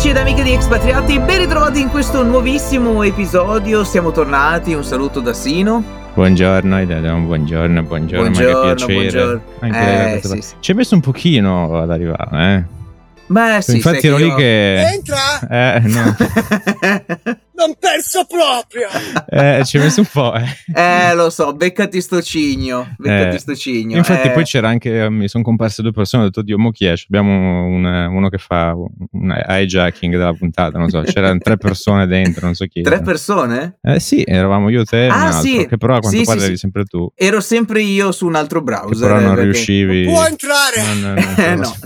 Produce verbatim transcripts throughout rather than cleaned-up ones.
amici ed amiche di Expatriati, ben ritrovati in questo nuovissimo episodio. Siamo tornati, un saluto da Sino. Buongiorno, buongiorno, buongiorno, buongiorno, ma che piacere. Buongiorno. Anche Eh, sì, sì. Ci hai messo un pochino ad arrivare, eh? Beh, sì, infatti ero lì io... che... Entra! Eh, no. Non perso proprio! Eh, ci hai messo un po', eh. Eh, lo so, beccati sto cigno, beccati Eh, sto cigno. Infatti eh. poi c'era anche, mi sono comparse due persone, ho detto, Dio, mo chi è? Abbiamo un, uno che fa un hijacking della puntata, non so, c'erano tre persone dentro, non so chi. Tre persone? Eh sì, eravamo io, te e ah, un altro, sì. che però a quanto sì, pare sì, eri sì. sempre tu. Ero sempre io su un altro browser. Che però non perché... riuscivi... Non può entrare! No, no, no, eh, no.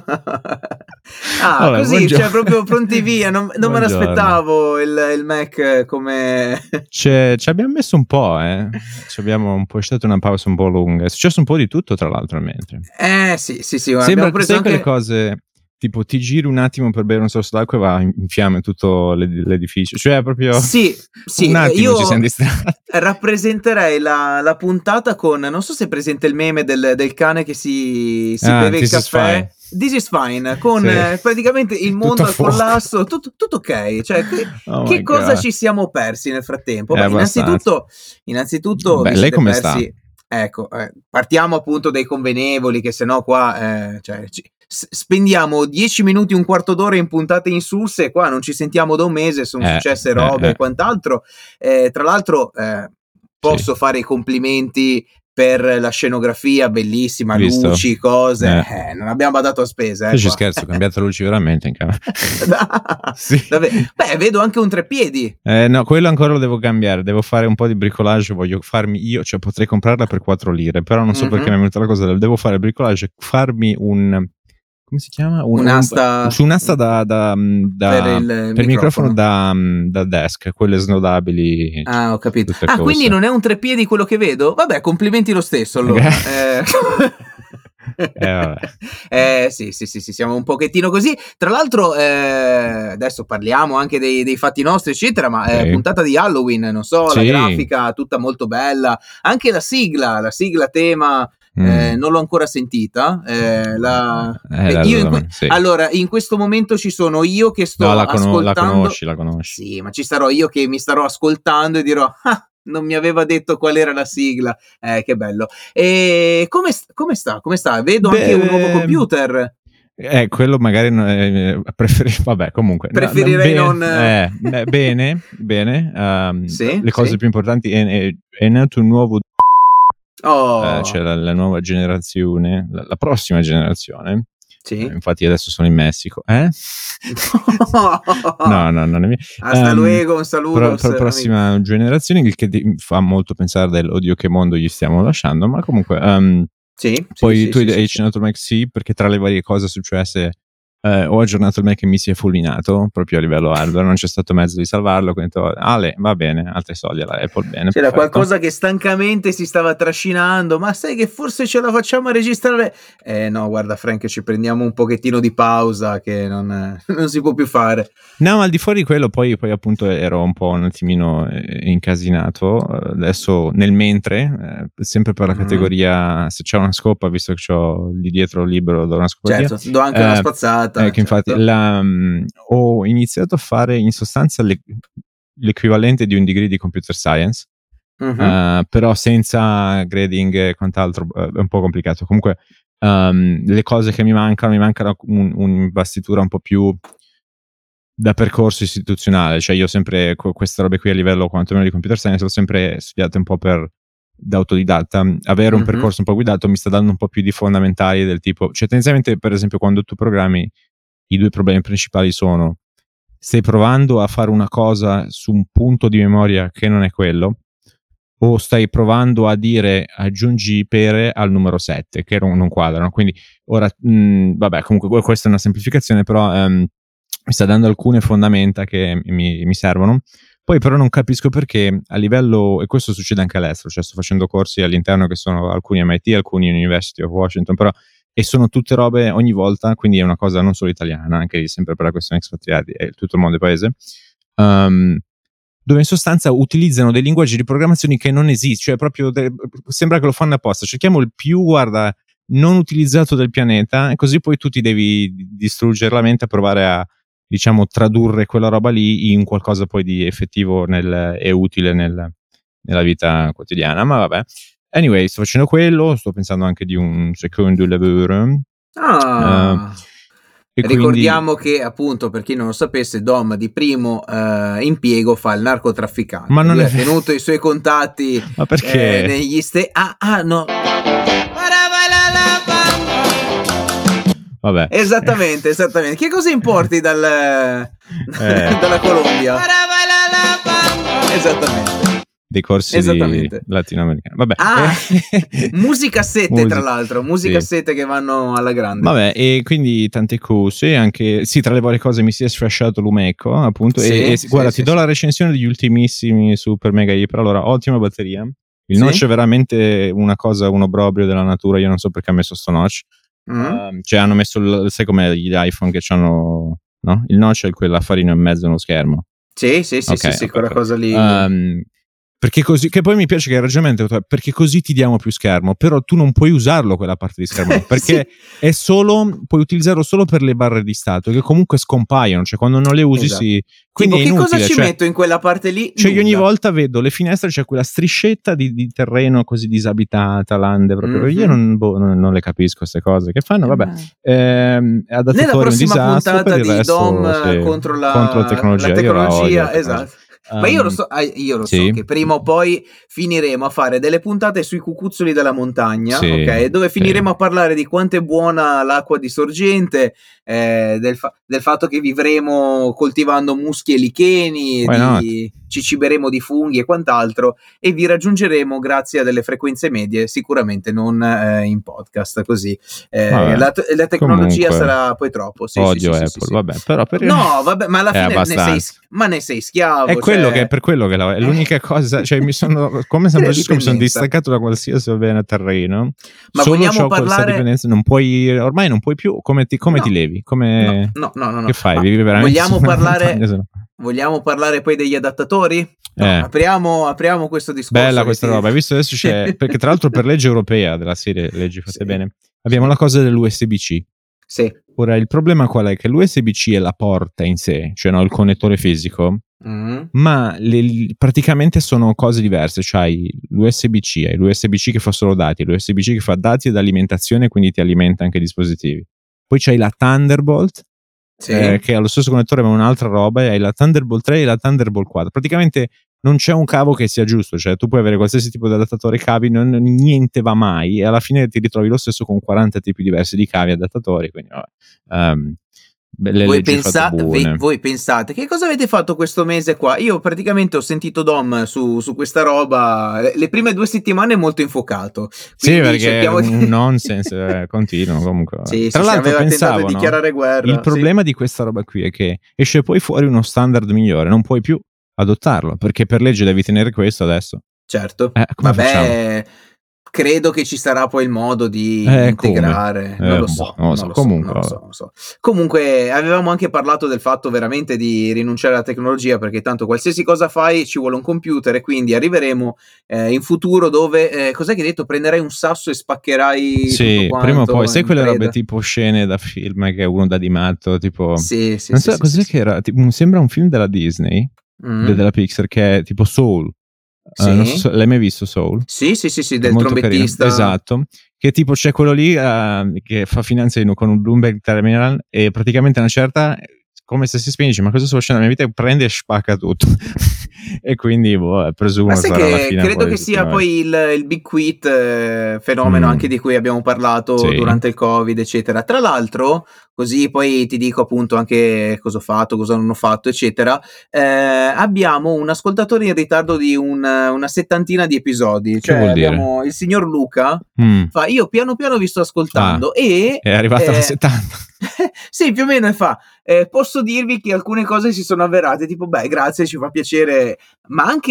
ah, Vabbè, così, buongiorno. cioè proprio pronti via, non, non me Buongiorno. l'aspettavo il, il Mac come... C'è, ci abbiamo messo un po', eh. Ci abbiamo un po', è stata una pausa un po' lunga. È successo un po' di tutto, tra l'altro, mentre. Eh sì, sì, sì. Sembra abbiamo preso sai anche... quelle cose, tipo ti giri un attimo per bere un sorso d'acqua e va in fiamme tutto l'ed- l'edificio. Cioè proprio Sì, sì, un attimo io ci siamo distratti. rappresenterei la, la puntata con, non so se è presente il meme del, del cane che si, si Ah, beve il This is caffè. fine. This is fine, con Sì. eh, praticamente il Tutto mondo a al fuoco. collasso, tutto, tutto ok. Cioè, che, Oh che my cosa God. ci siamo persi nel frattempo? Eh, Beh, abbastanza. innanzitutto, innanzitutto Beh, vi lei siete come persi. sta? Ecco, eh, partiamo appunto dai convenevoli, che sennò qua eh, cioè, ci, s- spendiamo dieci minuti, un quarto d'ora in puntate insulse e qua non ci sentiamo da un mese, sono Eh, successe eh, robe eh. e quant'altro. Eh, tra l'altro eh, posso Sì. fare i complimenti per la scenografia, bellissima, Visto? luci, cose, Eh. eh, non abbiamo badato a spese. Eh, Io ci qua. scherzo, ho cambiato luci veramente in camera. Sì. Vabbè, beh, vedo anche un treppiedi. Eh, no, quello ancora lo devo cambiare, devo fare un po' di bricolage, voglio farmi io, cioè potrei comprarla per quattro lire, però non so Mhm. perché mi è venuta la cosa, devo fare il bricolage e farmi un, come si chiama? Un, Un'asta- un- su un'asta da, da, da- Per il per il microfono microfono. da, da desk, quelle snodabili. Ah, ho capito. tutte Ah, cose. quindi non è un treppiedi quello che vedo? Vabbè, complimenti lo stesso allora. eh... Eh, vabbè. eh sì, sì, sì, sì, siamo un pochettino così. Tra l'altro, eh, adesso parliamo anche dei, dei fatti nostri, eccetera, ma è Sì. puntata di Halloween, non so, la Sì. grafica tutta molto bella, anche la sigla, la sigla tema. Eh, Mm. non l'ho ancora sentita. Eh, la... Eh, eh, la- io in la- que- sì. Allora, in questo momento ci sono io che sto No, la, cono- la ascoltando. conosci, la conosci. Sì, ma ci sarò io che mi starò ascoltando e dirò: ah, non mi aveva detto qual era la sigla. Eh, che bello. E come, st- come sta? Come sta? Vedo anche un nuovo Beh, computer. Eh, quello magari non è, preferi- vabbè, comunque no, Preferirei no, non- eh, beh, bene, bene. um, Sì, le cose sì. più importanti è, è, è nato un nuovo, Oh, eh, cioè la, la nuova generazione, la, la prossima generazione. sì. Eh, infatti adesso sono in Messico. Eh? No, no, non è mio. Hasta Um, luego, un saluto. Pro, pro, prossima generazione, il che ti fa molto pensare del oddio che mondo gli stiamo lasciando, ma comunque um, Sì, poi sì, tu sì, hai sì, accennato il Mac, sì, perché tra le varie cose successe eh, ho aggiornato il Mac e mi si è fulminato proprio a livello hardware, non c'è stato mezzo di salvarlo, quindi ho detto, Ale, va bene, altri soldi alla Apple, bene, c'era perfetto. qualcosa che stancamente si stava trascinando, ma sai che forse ce la facciamo a registrare? Eh no, guarda Frank, ci prendiamo un pochettino di pausa che non, non si può più fare. No, ma al di fuori di quello poi, poi appunto ero un po' un attimino eh, incasinato, adesso nel mentre, eh, sempre per la Mhm. categoria, se c'è una scopa, visto che ho lì dietro libero, do una scopa via. Certo, do anche una Eh, spazzata. Ecco, infatti, certo. la, um, ho iniziato a fare in sostanza le- l'equivalente di un degree di computer science, Mhm. uh, però senza grading e quant'altro, uh, è un po' complicato. Comunque, um, le cose che mi mancano, mi mancano un, un'investitura un po' più da percorso istituzionale, cioè io ho sempre co- queste robe qui a livello quantomeno di computer science, l'ho sempre studiato un po' per da autodidatta. Avere un Mhm. percorso un po' guidato mi sta dando un po' più di fondamentali del tipo, cioè tendenzialmente per esempio quando tu programmi i due problemi principali sono: stai provando a fare una cosa su un punto di memoria che non è quello, o stai provando a dire aggiungi pere al numero sette che non, non quadrano. Quindi ora mh, vabbè, comunque questa è una semplificazione, però ehm, mi sta dando alcune fondamenta che mi, mi servono. Poi però non capisco perché a livello, e questo succede anche all'estero, cioè sto facendo corsi all'interno che sono alcuni M I T, alcuni University of Washington, però, e sono tutte robe ogni volta, quindi è una cosa non solo italiana, anche sempre per la questione expatriati, è tutto il mondo è paese, um, dove in sostanza utilizzano dei linguaggi di programmazione che non esistono, cioè proprio de- sembra che lo fanno apposta, cerchiamo il più, guarda, non utilizzato del pianeta, e così poi tu ti devi distruggere la mente a provare a diciamo tradurre quella roba lì in qualcosa poi di effettivo nel, e utile nel, nella vita quotidiana. Ma vabbè, anyway, sto facendo quello, sto pensando anche di un secondo lavoro. Ah. Uh, e Ricordiamo quindi... che, appunto, per chi non lo sapesse, Dom di primo eh, impiego fa il narcotrafficante. Ma non Lui è ha tenuto i suoi contatti Ma perché? eh, negli ste... Ah, ah, no. Vabbè. Esattamente, esattamente. Che cosa importi dal, eh. dalla Colombia? Esattamente. Dei corsi di latinoamericani. Vabbè. Ah, musicassette Musica. tra l'altro, musicassette sì. che vanno alla grande. Vabbè, e quindi tante cose, anche sì, tra le varie cose mi si è sfasciato l'Umeco, appunto, sì, e, e sì, guarda, sì, ti sì, do sì. la recensione degli ultimissimi Super Mega Hyper. Allora, ottima batteria. Il sì? notch è veramente una cosa, un obbrobrio della natura, io non so perché ha messo sto notch. Mm. Uh, cioè hanno messo, il, sai com'è gli iPhone che hanno, no? Il notch è quell'affarino in mezzo allo schermo. Sì, sì, sì, okay, sì, sì, okay, quella okay. cosa lì. Um, perché così, che poi mi piace che il ragionamento, perché così ti diamo più schermo, però tu non puoi usarlo quella parte di schermo, perché sì. è solo, puoi utilizzarlo solo per le barre di stato, che comunque scompaiono, cioè quando non le usi esatto. si... Quindi tipo, è inutile, che cosa ci cioè, metto in quella parte lì? Cioè io ogni Nulla. volta vedo le finestre, c'è quella striscetta di, di terreno così disabitata, lande proprio, mm-hmm. io non, boh, non, non le capisco queste cose che fanno, vabbè. Eh, Nella prossima un puntata per il di resto, Dom sì, contro la, contro la tecnologia, la tecnologia, io la esatto. Um, Ma io lo so, io lo sì. so che prima o poi finiremo a fare delle puntate sui cucuzzoli della montagna, sì, ok? Dove finiremo sì. a parlare di quanto è buona l'acqua di sorgente, eh, del, fa- del fatto che vivremo coltivando muschi e licheni, di, ci ciberemo di funghi e quant'altro, e vi raggiungeremo grazie a delle frequenze medie, sicuramente non eh, in podcast, così. Eh, vabbè, la, la tecnologia comunque, sarà poi troppo. Sì, odio sì, sì, Apple, sì, sì. vabbè, però per... No, vabbè, ma alla è fine ne sei, ma ne sei schiavo. È quello cioè... che per quello che la, è l'unica eh. cosa, cioè mi sono come San Francisco mi sono distaccato da qualsiasi bene terreno. Ma solo vogliamo c'ho parlare... questa dipendenza, non puoi, ormai non puoi più, come ti, come no. ti levi? Come... No, no, no, no. Che fai? Ma Vivi veramente vogliamo parlare montagna, no? Vogliamo parlare poi degli adattatori? No, eh. apriamo, apriamo questo discorso. Bella questa ti... roba, hai visto adesso c'è, perché tra l'altro per legge europea della serie leggi fatte sì. bene, abbiamo sì. la cosa dell'U S B C. Sì. Ora il problema qual è? Che l'U S B C è la porta in sé, cioè no, il connettore fisico, mm. ma le, praticamente sono cose diverse. C'hai l'U S B C, hai l'U S B C che fa solo dati, l'U S B C che fa dati ed alimentazione, quindi ti alimenta anche i dispositivi. Poi c'hai la Thunderbolt, sì. eh, che ha lo stesso connettore ma un'altra roba, e hai la Thunderbolt tre e la Thunderbolt quattro. Praticamente non c'è un cavo che sia giusto, cioè tu puoi avere qualsiasi tipo di adattatore cavi, non, niente va mai, e alla fine ti ritrovi lo stesso con quaranta tipi diversi di cavi adattatori, quindi vabbè. Um, le voi, leggi pensa- fatte buone. voi pensate che cosa avete fatto questo mese qua? Io praticamente ho sentito Dom su, su questa roba le prime due settimane molto infocato, sì, perché è un di... nonsense continuo comunque. Sì, tra sì, l'altro aveva pensavo, tentato di dichiarare no? guerra. Il problema sì. di questa roba qui è che esce poi fuori uno standard migliore, non puoi più adottarlo perché per legge devi tenere questo adesso. Certo, eh, come vabbè, facciamo? Credo che ci sarà poi il modo di eh, integrare, eh, non lo so, boh, non lo so. non lo Comunque, so, non lo so, non lo so. Comunque avevamo anche parlato del fatto veramente di rinunciare alla tecnologia, perché tanto qualsiasi cosa fai ci vuole un computer, e quindi arriveremo eh, in futuro dove, eh, cos'è che hai detto, prenderai un sasso e spaccherai sì, tutto quanto. Prima o poi, sai quelle preda. robe tipo scene da film che uno dà di matto, tipo sì, sì, non sì, so sì, cos'è sì, che era, tipo, sembra un film della Disney, mm-hmm. della Pixar, che è tipo Soul. Sì. Uh, non so, l'hai mai visto Soul? Sì, sì, sì, sì, del molto trombettista. Carino. Esatto. Che tipo c'è quello lì uh, che fa finanza con un Bloomberg Terminal, e praticamente una certa, come se si spegne, ma cosa sto facendo nella mia vita, prende e spacca tutto. E quindi boh, presumo ma sai sarà che la fine. credo che sia poi il, il Big Quit, eh, fenomeno mm. anche di cui abbiamo parlato sì. durante il Covid, eccetera. Tra l'altro, così poi ti dico appunto anche cosa ho fatto, cosa non ho fatto, eccetera. Eh, abbiamo un ascoltatore in ritardo di un, una settantina di episodi. Che cioè vuol dire? abbiamo il signor Luca, mm. fa io piano piano vi sto ascoltando, ah, e è arrivata eh, alla settanta. sì, più o meno, e fa eh, posso dirvi che alcune cose si sono avverate, tipo beh grazie, ci fa piacere, ma anche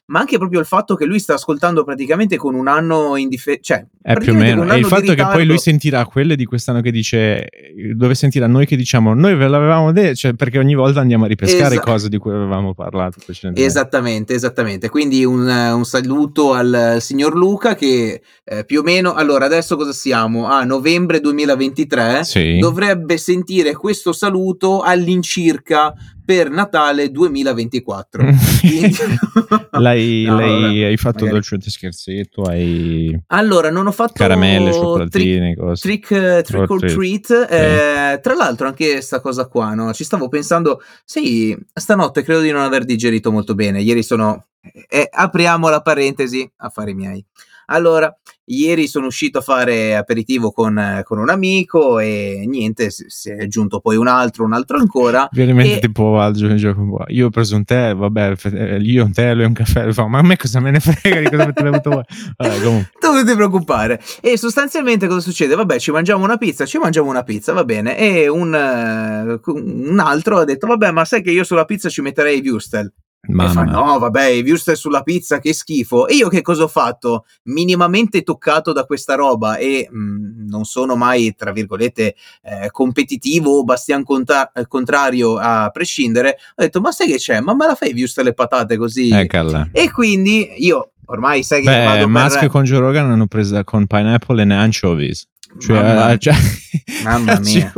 ma anche proprio il fatto che lui sta ascoltando praticamente con un anno in difesa, cioè è più o meno, e il fatto che poi lui sentirà quelle di quest'anno che dice, dove sentirà noi che diciamo noi ve l'avevamo detto, cioè perché ogni volta andiamo a ripescare Esa- cose di cui avevamo parlato precedentemente. Esattamente, esattamente. Quindi un, un saluto al signor Luca che eh, più o meno, allora adesso cosa siamo? A novembre duemilaventitré, sì. Dovrebbe sentire questo saluto all'incirca per Natale duemilaventiquattro. Quindi... l'hai, no, l'hai hai fatto magari dolce scherzetto, hai allora non ho fatto caramelle, cioccolatini, trick, cose. trick, trick or treat, treat. Eh, sì. Tra l'altro anche sta cosa qua, no? Ci stavo pensando, sì, stanotte credo di non aver digerito molto bene, ieri sono eh, apriamo la parentesi, affari miei. Allora, ieri sono uscito a fare aperitivo con, con un amico e niente, si, si è aggiunto poi un altro, un altro ancora. Veramente e... tipo al gioco. Io ho preso un tè, vabbè, io un tè, lui un caffè, ma a me cosa me ne frega di cosa avete bevuto voi? Vabbè, comunque. Non ti preoccupare. E sostanzialmente cosa succede? Vabbè, ci mangiamo una pizza, ci mangiamo una pizza, va bene. E un, uh, un altro ha detto, vabbè, ma sai che io sulla pizza ci metterei i würstel. Mamma. E fa, no, vabbè, i würstel sulla pizza, che schifo. E io che cosa ho fatto? Minimamente toccato da questa roba e mh, non sono mai, tra virgolette, eh, competitivo o bastian conta- contrario a prescindere. Ho detto, ma sai che c'è? Ma me la fai i würstel e patate così? Eccola. E quindi io ormai sai che Beh, vado Musk per... con Joe Rogan hanno preso con pineapple e anchovies. Cioè, mamma, cioè, mamma mia,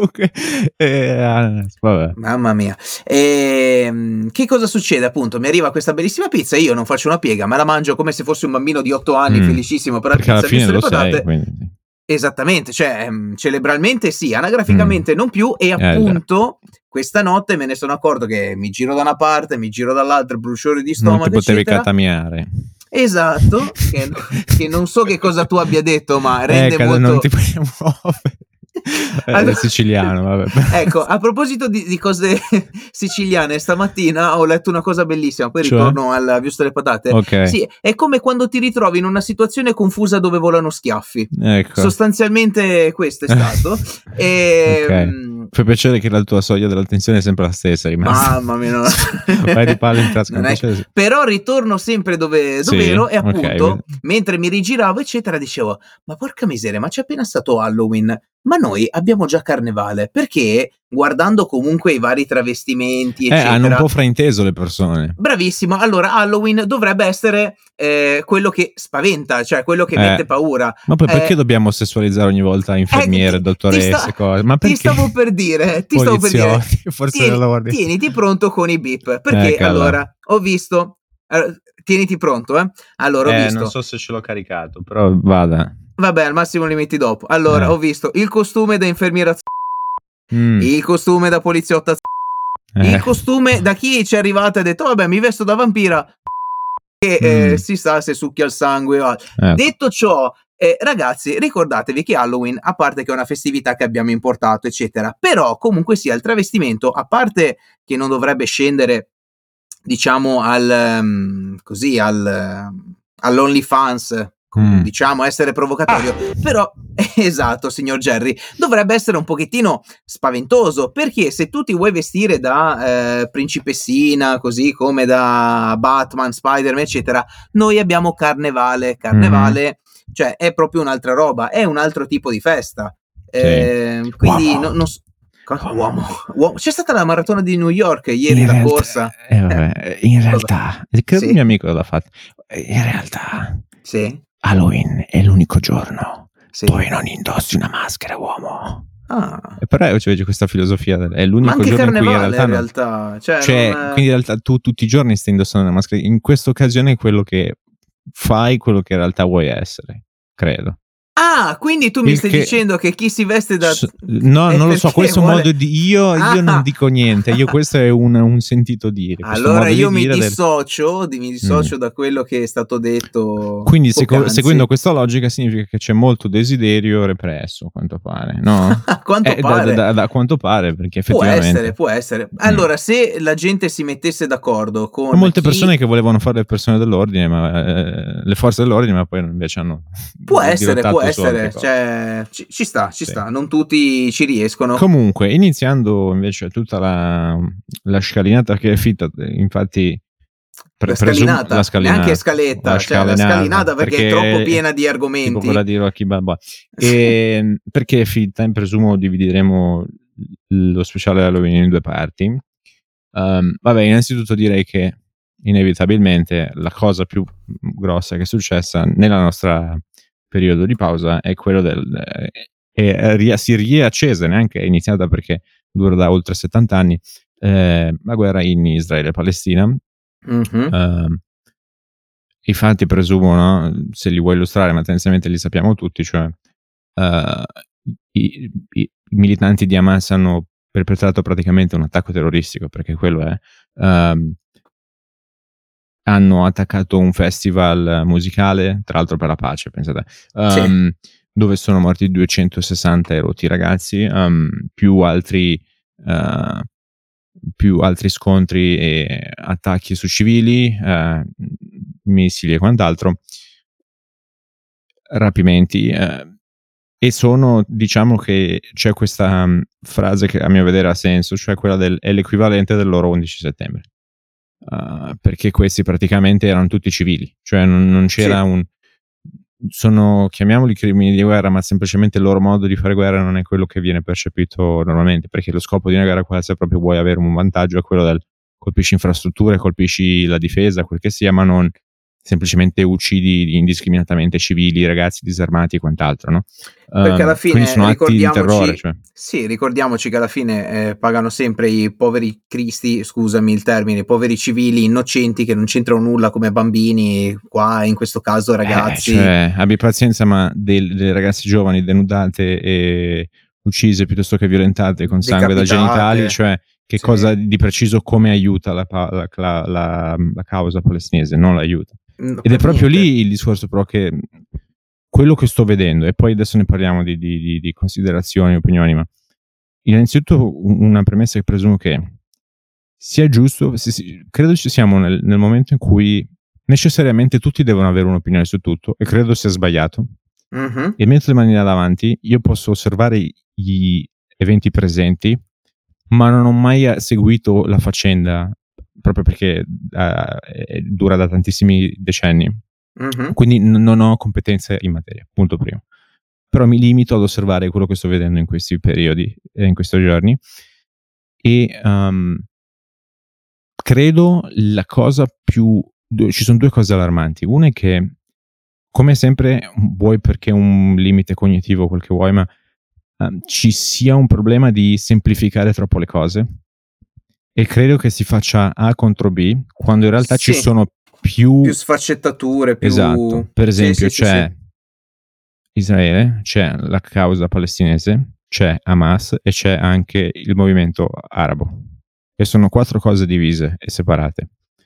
eh, vabbè. mamma mia. E, che cosa succede? Appunto, mi arriva questa bellissima pizza. Io non faccio una piega, me la mangio come se fossi un bambino di otto anni, mm. felicissimo per la perché pizza. Alla fine lo patate. sei, quindi. Esattamente, cioè celebralmente sì, anagraficamente mm. non più. E appunto, eh, questa notte me ne sono accorto che mi giro da una parte, mi giro dall'altra, bruciore di stomaco. Non ti potevi eccetera. catamiare. Esatto, che, che non so che cosa tu abbia detto, ma rende eh, molto... non ti puoi muovere. Allora, è siciliano, vabbè. Ecco, a proposito di, di cose siciliane, stamattina ho letto una cosa bellissima, poi cioè? ritorno alla viusta delle patate. Okay. Sì, è come quando ti ritrovi in una situazione confusa dove volano schiaffi. Ecco. Sostanzialmente questo è stato. e, okay. mh, Fai piacere che la tua soglia dell'attenzione è sempre la stessa, rimasta. Mamma mia, no. Vai di palla in tasca. È... Però ritorno sempre dove, dove sì, ero e appunto, okay. mentre mi rigiravo eccetera, dicevo, ma porca miseria, ma c'è appena stato Halloween, ma noi abbiamo già Carnevale, perché guardando comunque i vari travestimenti eccetera, eh, hanno un po' frainteso le persone. Bravissimo, allora Halloween dovrebbe essere eh, quello che spaventa, cioè quello che eh. mette paura. Ma poi perché eh, dobbiamo sessualizzare ogni volta infermiere, eh, ti, dottoresse, ti sta, cose? Ma perché? Ti stavo per dire, ti stavo per dire, forse tieni, tieniti pronto con i beep, perché eh, allora ho visto, allora, tieniti pronto, eh. Allora ho eh, visto. Non so se ce l'ho caricato, però vada. Vabbè, al massimo li metti dopo. Allora, eh. ho visto il costume da infermiera, mm. il costume da poliziotta, eh. il costume da chi ci è arrivato e ha detto vabbè mi vesto da vampira e mm. eh, si sa se succhia il sangue o altro. Eh. Detto ciò, eh, ragazzi, ricordatevi che Halloween, a parte che è una festività che abbiamo importato eccetera, però comunque sia il travestimento, a parte che non dovrebbe scendere diciamo al um, così al um, all'OnlyFans, Mm. diciamo essere provocatorio, però esatto signor Jerry, dovrebbe essere un pochettino spaventoso, perché se tu ti vuoi vestire da eh, principessina così come da Batman, Spider-Man eccetera, noi abbiamo Carnevale, Carnevale mm. cioè è proprio un'altra roba, è un altro tipo di festa, sì. eh, quindi no, non so Uomo. Uomo. C'è stata la maratona di New York ieri, in la realtà, corsa eh, vabbè, in realtà credo sì. il mio amico l'ha fatto in realtà sì. Halloween è l'unico giorno sì. dove non indossi una maschera, uomo. Ah. E però c'è questa filosofia, è l'unico giorno in cui in realtà, in realtà non... cioè, cioè non... quindi in realtà tu tutti i giorni stai indossando una maschera, in questa occasione è quello che fai, quello che in realtà vuoi essere, credo. Ah, quindi tu mi il stai che... dicendo che chi si veste da... No, non lo so, questo vuole... modo di... Io, io ah. non dico niente, io questo è un, un sentito dire. Allora io di mi dire dissocio, del... mi dissocio mm. da quello che è stato detto. Quindi seco- seguendo questa logica significa che c'è molto desiderio represso, a quanto pare, no? A quanto eh, pare. Da, da, da, da quanto pare, perché effettivamente... Può essere, può essere. Allora, mm. se la gente si mettesse d'accordo con... Ho molte chi... persone che volevano fare le persone dell'ordine, ma eh, le forze dell'ordine, ma poi invece hanno... Può essere, può essere, cioè... Ci, ci sta, ci sì. sta, non tutti ci riescono. Comunque, iniziando invece tutta la, la scalinata che è fitta, infatti la scalinata, la scalinata, neanche scaletta, la cioè la scalinata perché, perché è troppo piena di argomenti. Tipo quella di Rocky Balboa. E perché Feed Time presumo divideremo lo speciale Halloween in due parti. Um, vabbè, innanzitutto direi che inevitabilmente la cosa più grossa che è successa nella nostra periodo di pausa è quello del e si è riaccesa, neanche è iniziata perché dura da oltre settanta anni, eh, la guerra in Israele e Palestina. Mm-hmm. Uh, i fatti presumo, no? Se li vuoi illustrare, ma tendenzialmente li sappiamo tutti, cioè uh, i, i militanti di Hamas hanno perpetrato praticamente un attacco terroristico, perché quello è. Um, hanno attaccato un festival musicale, tra l'altro per la pace, pensate, um, sì. dove sono morti duecentosessanta erotti ragazzi, um, più altri uh, più altri scontri e attacchi su civili, uh, missili e quant'altro, rapimenti, uh, e sono, diciamo che c'è questa um, frase che a mio vedere ha senso, cioè quella del è l'equivalente del loro undici settembre. Uh, perché questi praticamente erano tutti civili, cioè non, non c'era sì. un sono, chiamiamoli crimini di guerra, ma semplicemente il loro modo di fare guerra non è quello che viene percepito normalmente, perché lo scopo di una guerra qua, se proprio vuoi avere un vantaggio, è quello del colpisci infrastrutture, colpisci la difesa, quel che sia, ma non semplicemente uccidi indiscriminatamente civili, ragazzi disarmati e quant'altro, no? Perché alla fine sono atti di terrore, cioè. Sì, ricordiamoci che alla fine eh, pagano sempre i poveri cristi, scusami il termine, i poveri civili innocenti che non c'entrano nulla come bambini, qua in questo caso ragazzi. Eh, cioè, abbi pazienza, ma dei, dei ragazzi giovani denudate e uccise piuttosto che violentate con sangue da genitali, cioè che sì. cosa di preciso, come aiuta la, la, la, la, la causa palestinese? Non l'aiuta. No, ed è proprio niente. Lì il discorso, però, che quello che sto vedendo, e poi adesso ne parliamo di, di, di, di considerazioni, opinioni, ma innanzitutto una premessa che presumo che sia giusto, si, si, credo ci siamo nel, nel momento in cui necessariamente tutti devono avere un'opinione su tutto, e credo sia sbagliato. Mm-hmm. E metto le mani davanti, io posso osservare gli eventi presenti, ma non ho mai seguito la faccenda, proprio perché uh, dura da tantissimi decenni. Mm-hmm. Quindi n- non ho competenze in materia, punto primo. Però mi limito ad osservare quello che sto vedendo in questi periodi, eh, in questi giorni, e um, credo la cosa più... ci sono due cose allarmanti. Una è che, come sempre, vuoi perché un limite cognitivo, quel che vuoi, ma um, ci sia un problema di semplificare troppo le cose, e credo che si faccia A contro B, quando in realtà sì. ci sono più... più sfaccettature, più... Esatto. Per esempio, sì, sì, c'è sì, sì. Israele, c'è la causa palestinese, c'è Hamas e c'è anche il movimento arabo. E sono quattro cose divise e separate.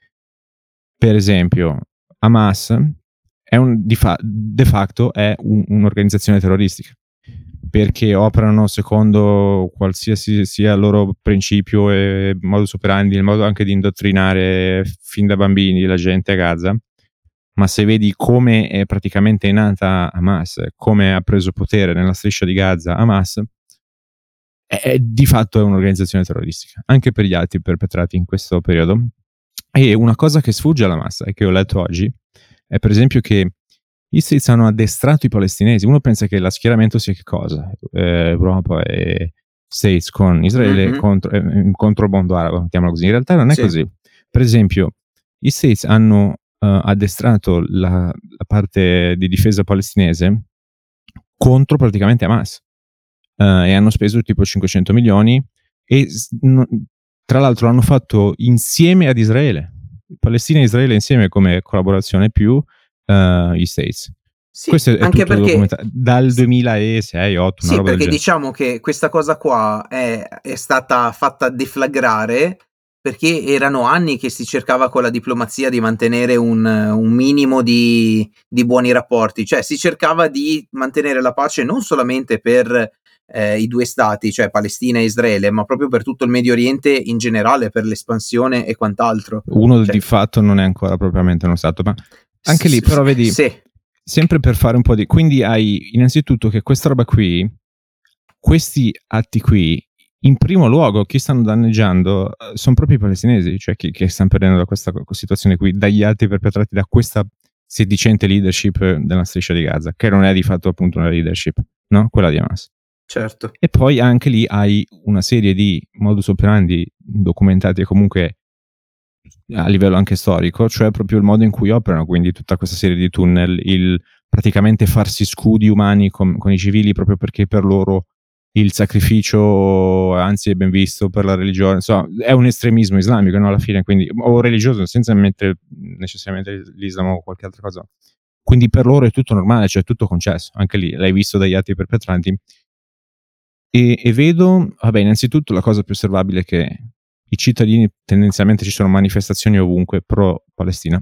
Per esempio, Hamas è un, di, fa, de facto è un, un'organizzazione terroristica, perché operano secondo qualsiasi sia il loro principio e modus operandi, il modo anche di indottrinare fin da bambini la gente a Gaza. Ma se vedi come è praticamente nata Hamas, come ha preso potere nella striscia di Gaza Hamas, è, è, di fatto è un'organizzazione terroristica, anche per gli atti perpetrati in questo periodo. E una cosa che sfugge alla massa, e che ho letto oggi, è per esempio che gli States hanno addestrato i palestinesi. Uno pensa che la schieramento sia che cosa? Eh, Europa e States con Israele mm-hmm. contro, eh, contro il mondo arabo, mettiamolo così. In realtà non è sì. così. Per esempio, gli States hanno uh, addestrato la, la parte di difesa palestinese contro praticamente Hamas uh, e hanno speso tipo cinquecento milioni e no, tra l'altro l'hanno fatto insieme ad Israele. Palestina e Israele insieme come collaborazione più uh, gli States. Sì, questo è anche tutto perché documentato dal duemilasei otto. Sì, perché diciamo che questa cosa qua è, è stata fatta deflagrare perché erano anni che si cercava con la diplomazia di mantenere un, un minimo di, di buoni rapporti, cioè si cercava di mantenere la pace non solamente per eh, i due stati, cioè Palestina e Israele, ma proprio per tutto il Medio Oriente in generale, per l'espansione e quant'altro. Uno cioè, di fatto non è ancora propriamente uno stato, ma anche lì però vedi... Sì. Sempre per fare un po' di... Quindi hai innanzitutto che questa roba qui, questi atti qui, in primo luogo chi stanno danneggiando uh, sono proprio i palestinesi, cioè chi, che stanno perdendo da questa situazione qui, dagli atti perpetrati da questa sedicente leadership della striscia di Gaza, che non è di fatto appunto una leadership, no? Quella di Hamas. Certo. E poi anche lì hai una serie di modus operandi documentati e comunque a livello anche storico, cioè proprio il modo in cui operano, quindi tutta questa serie di tunnel, il praticamente farsi scudi umani con, con i civili proprio perché per loro il sacrificio anzi è ben visto per la religione, insomma è un estremismo islamico, no, alla fine, quindi o religioso senza mettere necessariamente l'Islam o qualche altra cosa, quindi per loro è tutto normale, cioè tutto concesso, anche lì l'hai visto dagli atti perpetranti e, e vedo, vabbè, innanzitutto la cosa più osservabile è che i cittadini, tendenzialmente ci sono manifestazioni ovunque pro Palestina,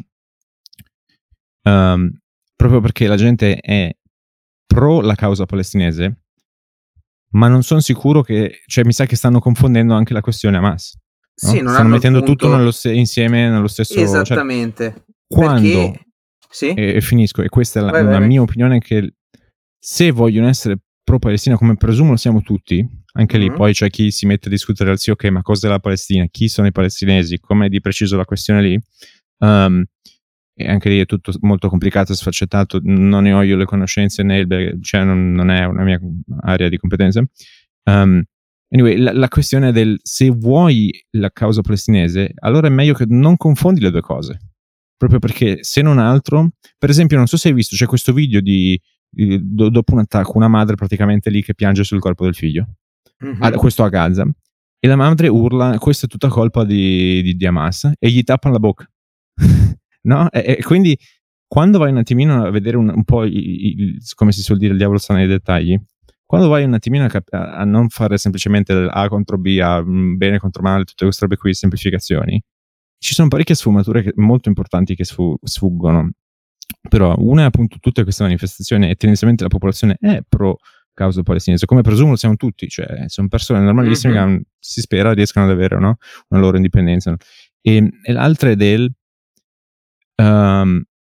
um, proprio perché la gente è pro la causa palestinese, ma non sono sicuro che, cioè mi sa che stanno confondendo anche la questione Hamas, no? Sì, non stanno mettendo punto... tutto nello st- insieme nello stesso, esattamente, cioè, quando perché... sì? e, e finisco, e questa è la, vai, una vai, mia vai. opinione, che se vogliono essere pro Palestina, come presumo siamo tutti, anche mm-hmm. lì poi c'è chi si mette a discutere al sì, ok, ma cos'è la Palestina, chi sono i palestinesi, com'è di preciso la questione lì, um, e anche lì è tutto molto complicato e sfaccettato, non ne ho io le conoscenze né il, cioè non, non è una mia area di competenza. Um, anyway, la, la questione del se vuoi la causa palestinese, allora è meglio che non confondi le due cose, proprio perché se non altro, per esempio, non so se hai visto, c'è questo video di, di do, dopo un attacco, una madre praticamente lì che piange sul corpo del figlio, mm-hmm. a, questo a Gaza, e la madre urla, questa è tutta colpa di, di, di Hamas, e gli tappano la bocca. No? E, e quindi quando vai un attimino a vedere un, un po' i, i, come si suol dire, il diavolo sta nei dettagli, quando vai un attimino a, cap- a non fare semplicemente A contro B, a bene contro male, tutte queste robe qui, semplificazioni, ci sono parecchie sfumature che, molto importanti che sfu- sfuggono. Però una è appunto tutte queste manifestazioni e tendenzialmente la popolazione è pro causa palestinese, come presumo siamo tutti, cioè sono persone normalissime mm-hmm. che si spera riescano ad avere, no? Una loro indipendenza, no? e, e l'altra è del um,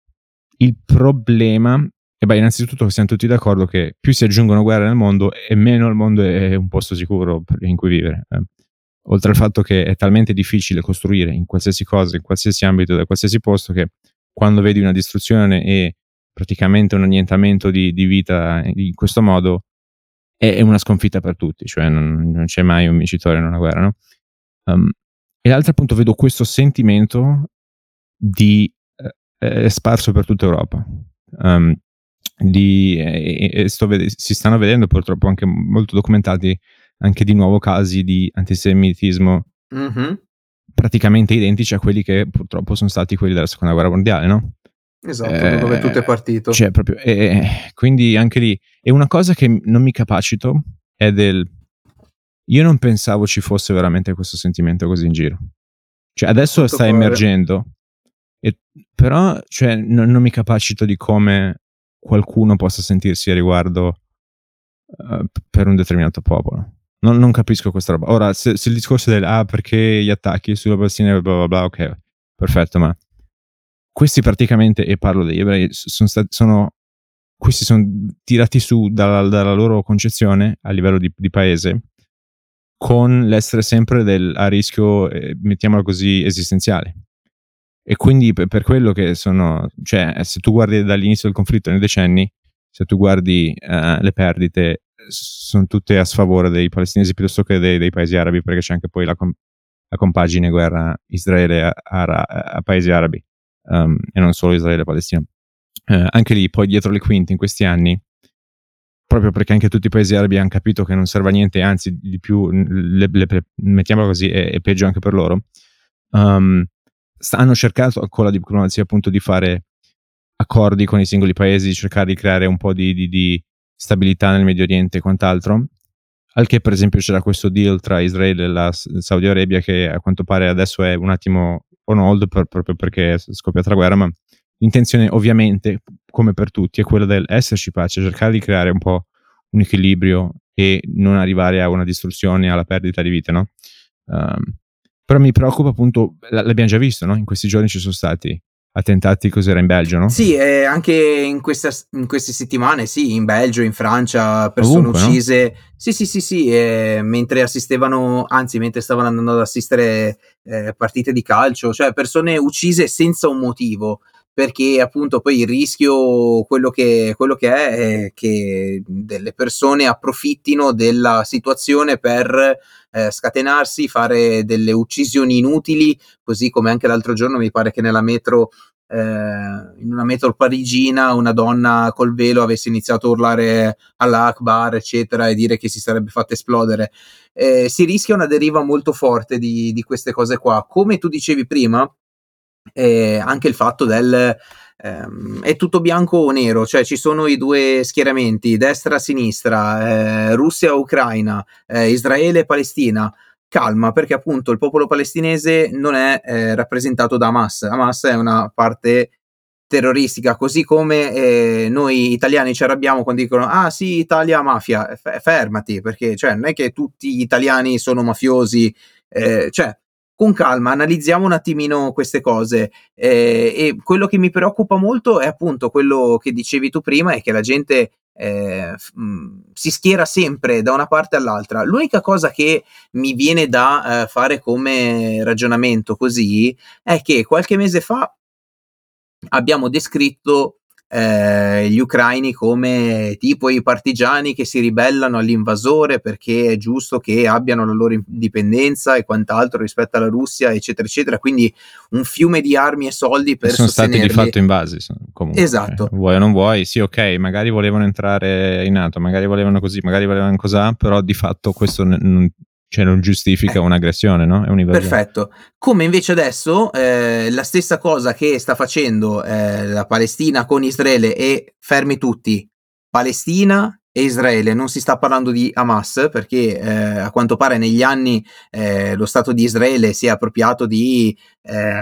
il problema, e beh, innanzitutto siamo tutti d'accordo che più si aggiungono guerre nel mondo e meno il mondo è un posto sicuro in cui vivere, eh. Oltre al fatto che è talmente difficile costruire in qualsiasi cosa, in qualsiasi ambito, da qualsiasi posto, che quando vedi una distruzione e praticamente un annientamento di, di vita in questo modo è, è una sconfitta per tutti, cioè non, non c'è mai un vincitore in una guerra, no? Um, e l'altro appunto vedo questo sentimento di eh, sparso per tutta Europa, um, di, e, e sto ved- si stanno vedendo purtroppo anche molto documentati anche di nuovo casi di antisemitismo mm-hmm. praticamente identici a quelli che purtroppo sono stati quelli della seconda guerra mondiale, no? Esatto, eh, dove tutto è partito. Cioè proprio, eh, quindi anche lì, e una cosa che non mi capacito è del, io non pensavo ci fosse veramente questo sentimento così in giro, cioè adesso tutto sta pare. emergendo, e, però cioè, non, non mi capacito di come qualcuno possa sentirsi a riguardo uh, per un determinato popolo. Non, non capisco questa roba. Ora, se, se il discorso del ah, perché gli attacchi sulla Palestina, bla bla bla, ok, perfetto, ma questi praticamente, e parlo degli ebrei, sono stati, sono, questi sono tirati su dalla, dalla loro concezione a livello di, di paese, con l'essere sempre del, a rischio, eh, mettiamolo così, esistenziale. E quindi per, per quello che sono, cioè, se tu guardi dall'inizio del conflitto nei decenni, se tu guardi uh, le perdite, sono tutte a sfavore dei palestinesi piuttosto che dei, dei paesi arabi, perché c'è anche poi la, com- la compagine guerra Israele a, a, a paesi arabi, um, e non solo Israele e Palestina. Uh, anche lì, poi dietro le quinte in questi anni, proprio perché anche tutti i paesi arabi hanno capito che non serve a niente, anzi di più, le, le, le, mettiamola così, è, è peggio anche per loro, um, hanno cercato con la diplomazia appunto di fare accordi con i singoli paesi, di cercare di creare un po' di, di, di stabilità nel Medio Oriente e quant'altro, al che per esempio c'era questo deal tra Israele e la Saudi Arabia che a quanto pare adesso è un attimo on hold per, proprio perché è scoppiata la guerra, ma l'intenzione ovviamente, come per tutti, è quella del esserci pace, cercare di creare un po' un equilibrio e non arrivare a una distruzione, alla perdita di vite, no? Um, però mi preoccupa appunto, l'abbiamo già visto, no? In questi giorni ci sono stati attentati, cos'era, in Belgio, no? Sì, eh, anche in, questa, in queste settimane, sì, in Belgio, in Francia, persone Ovunque, uccise. No? Sì, sì, sì, sì, eh, mentre assistevano, anzi, mentre stavano andando ad assistere eh, partite di calcio, cioè persone uccise senza un motivo, perché appunto poi il rischio, quello che, quello che è, è che delle persone approfittino della situazione per eh, scatenarsi, fare delle uccisioni inutili, così come anche l'altro giorno mi pare che nella metro Eh, in una metro parigina una donna col velo avesse iniziato a urlare Allah Akbar eccetera e dire che si sarebbe fatta esplodere. Eh, si rischia una deriva molto forte di, di queste cose qua, come tu dicevi prima. Eh, anche il fatto del ehm, è tutto bianco o nero, cioè ci sono i due schieramenti, destra sinistra, eh, Russia Ucraina, eh, Israele Palestina. Calma, perché appunto il popolo palestinese non è eh, rappresentato da Hamas. Hamas è una parte terroristica, così come eh, noi italiani ci arrabbiamo quando dicono ah sì, Italia mafia. F- fermati, perché cioè, non è che tutti gli italiani sono mafiosi, eh, cioè con calma analizziamo un attimino queste cose, eh, e quello che mi preoccupa molto è appunto quello che dicevi tu prima, è che la gente eh, f- mh, si schiera sempre da una parte all'altra. L'unica cosa che mi viene da eh, fare come ragionamento così è che qualche mese fa abbiamo descritto eh, gli ucraini come tipo i partigiani che si ribellano all'invasore perché è giusto che abbiano la loro indipendenza e quant'altro rispetto alla Russia, eccetera, eccetera. Quindi un fiume di armi e soldi per sono sostenerli. stati di fatto invasi comunque. Esatto. Cioè, vuoi o non vuoi, sì, ok, magari volevano entrare in NATO, magari volevano così, magari volevano cos'ha, però di fatto questo non, cioè non giustifica eh, un'aggressione, no? È un'invasione. Perfetto. Come invece adesso eh, la stessa cosa che sta facendo eh, la Palestina con Israele, e fermi tutti, Palestina e Israele, non si sta parlando di Hamas, perché eh, a quanto pare negli anni eh, lo Stato di Israele si è appropriato di eh,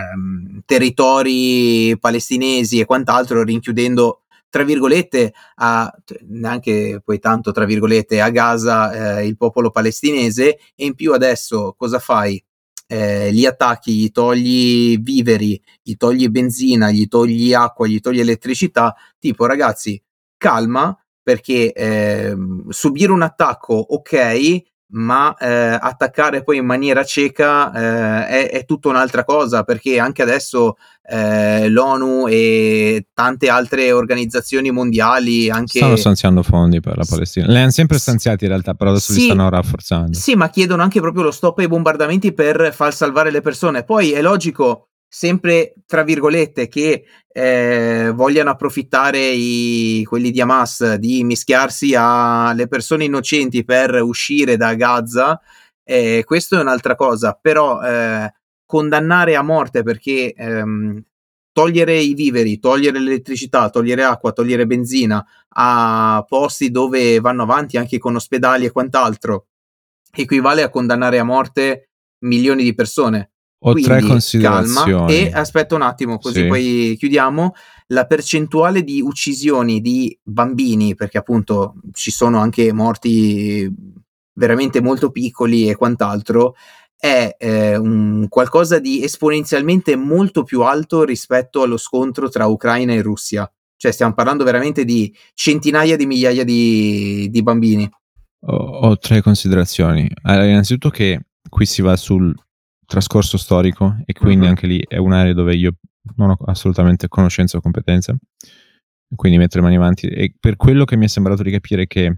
territori palestinesi e quant'altro, rinchiudendo tra virgolette a neanche poi tanto tra virgolette a Gaza eh, il popolo palestinese, e in più adesso cosa fai? Eh, gli attacchi, gli togli viveri, gli togli benzina, gli togli acqua, gli togli elettricità. Tipo, ragazzi, calma, perché eh, subire un attacco ok, ma eh, attaccare poi in maniera cieca eh, è, è tutta un'altra cosa, perché anche adesso eh, l'ONU e tante altre organizzazioni mondiali anche stanno stanziando fondi per la Palestina. Le hanno sempre stanziati in realtà, però adesso sì, li stanno rafforzando. Sì, ma chiedono anche proprio lo stop ai bombardamenti per far salvare le persone. Poi è logico, sempre tra virgolette, che eh, vogliano approfittare i, quelli di Hamas di mischiarsi alle persone innocenti per uscire da Gaza. Eh, questo è un'altra cosa, però eh, condannare a morte perché ehm, togliere i viveri, togliere l'elettricità, togliere acqua, togliere benzina a posti dove vanno avanti anche con ospedali e quant'altro equivale a condannare a morte milioni di persone. Ho Quindi, tre considerazioni. Calma, e aspetta un attimo, così sì. Poi chiudiamo. La percentuale di uccisioni di bambini, perché appunto ci sono anche morti veramente molto piccoli e quant'altro, è eh, un qualcosa di esponenzialmente molto più alto rispetto allo scontro tra Ucraina e Russia. Cioè stiamo parlando veramente di centinaia di migliaia di, di bambini. Ho, ho tre considerazioni. Allora, innanzitutto che qui si va sul trascorso storico e quindi uh-huh. anche lì è un'area dove io non ho assolutamente conoscenza o competenza, quindi mettere le mani avanti. E per quello che mi è sembrato di capire che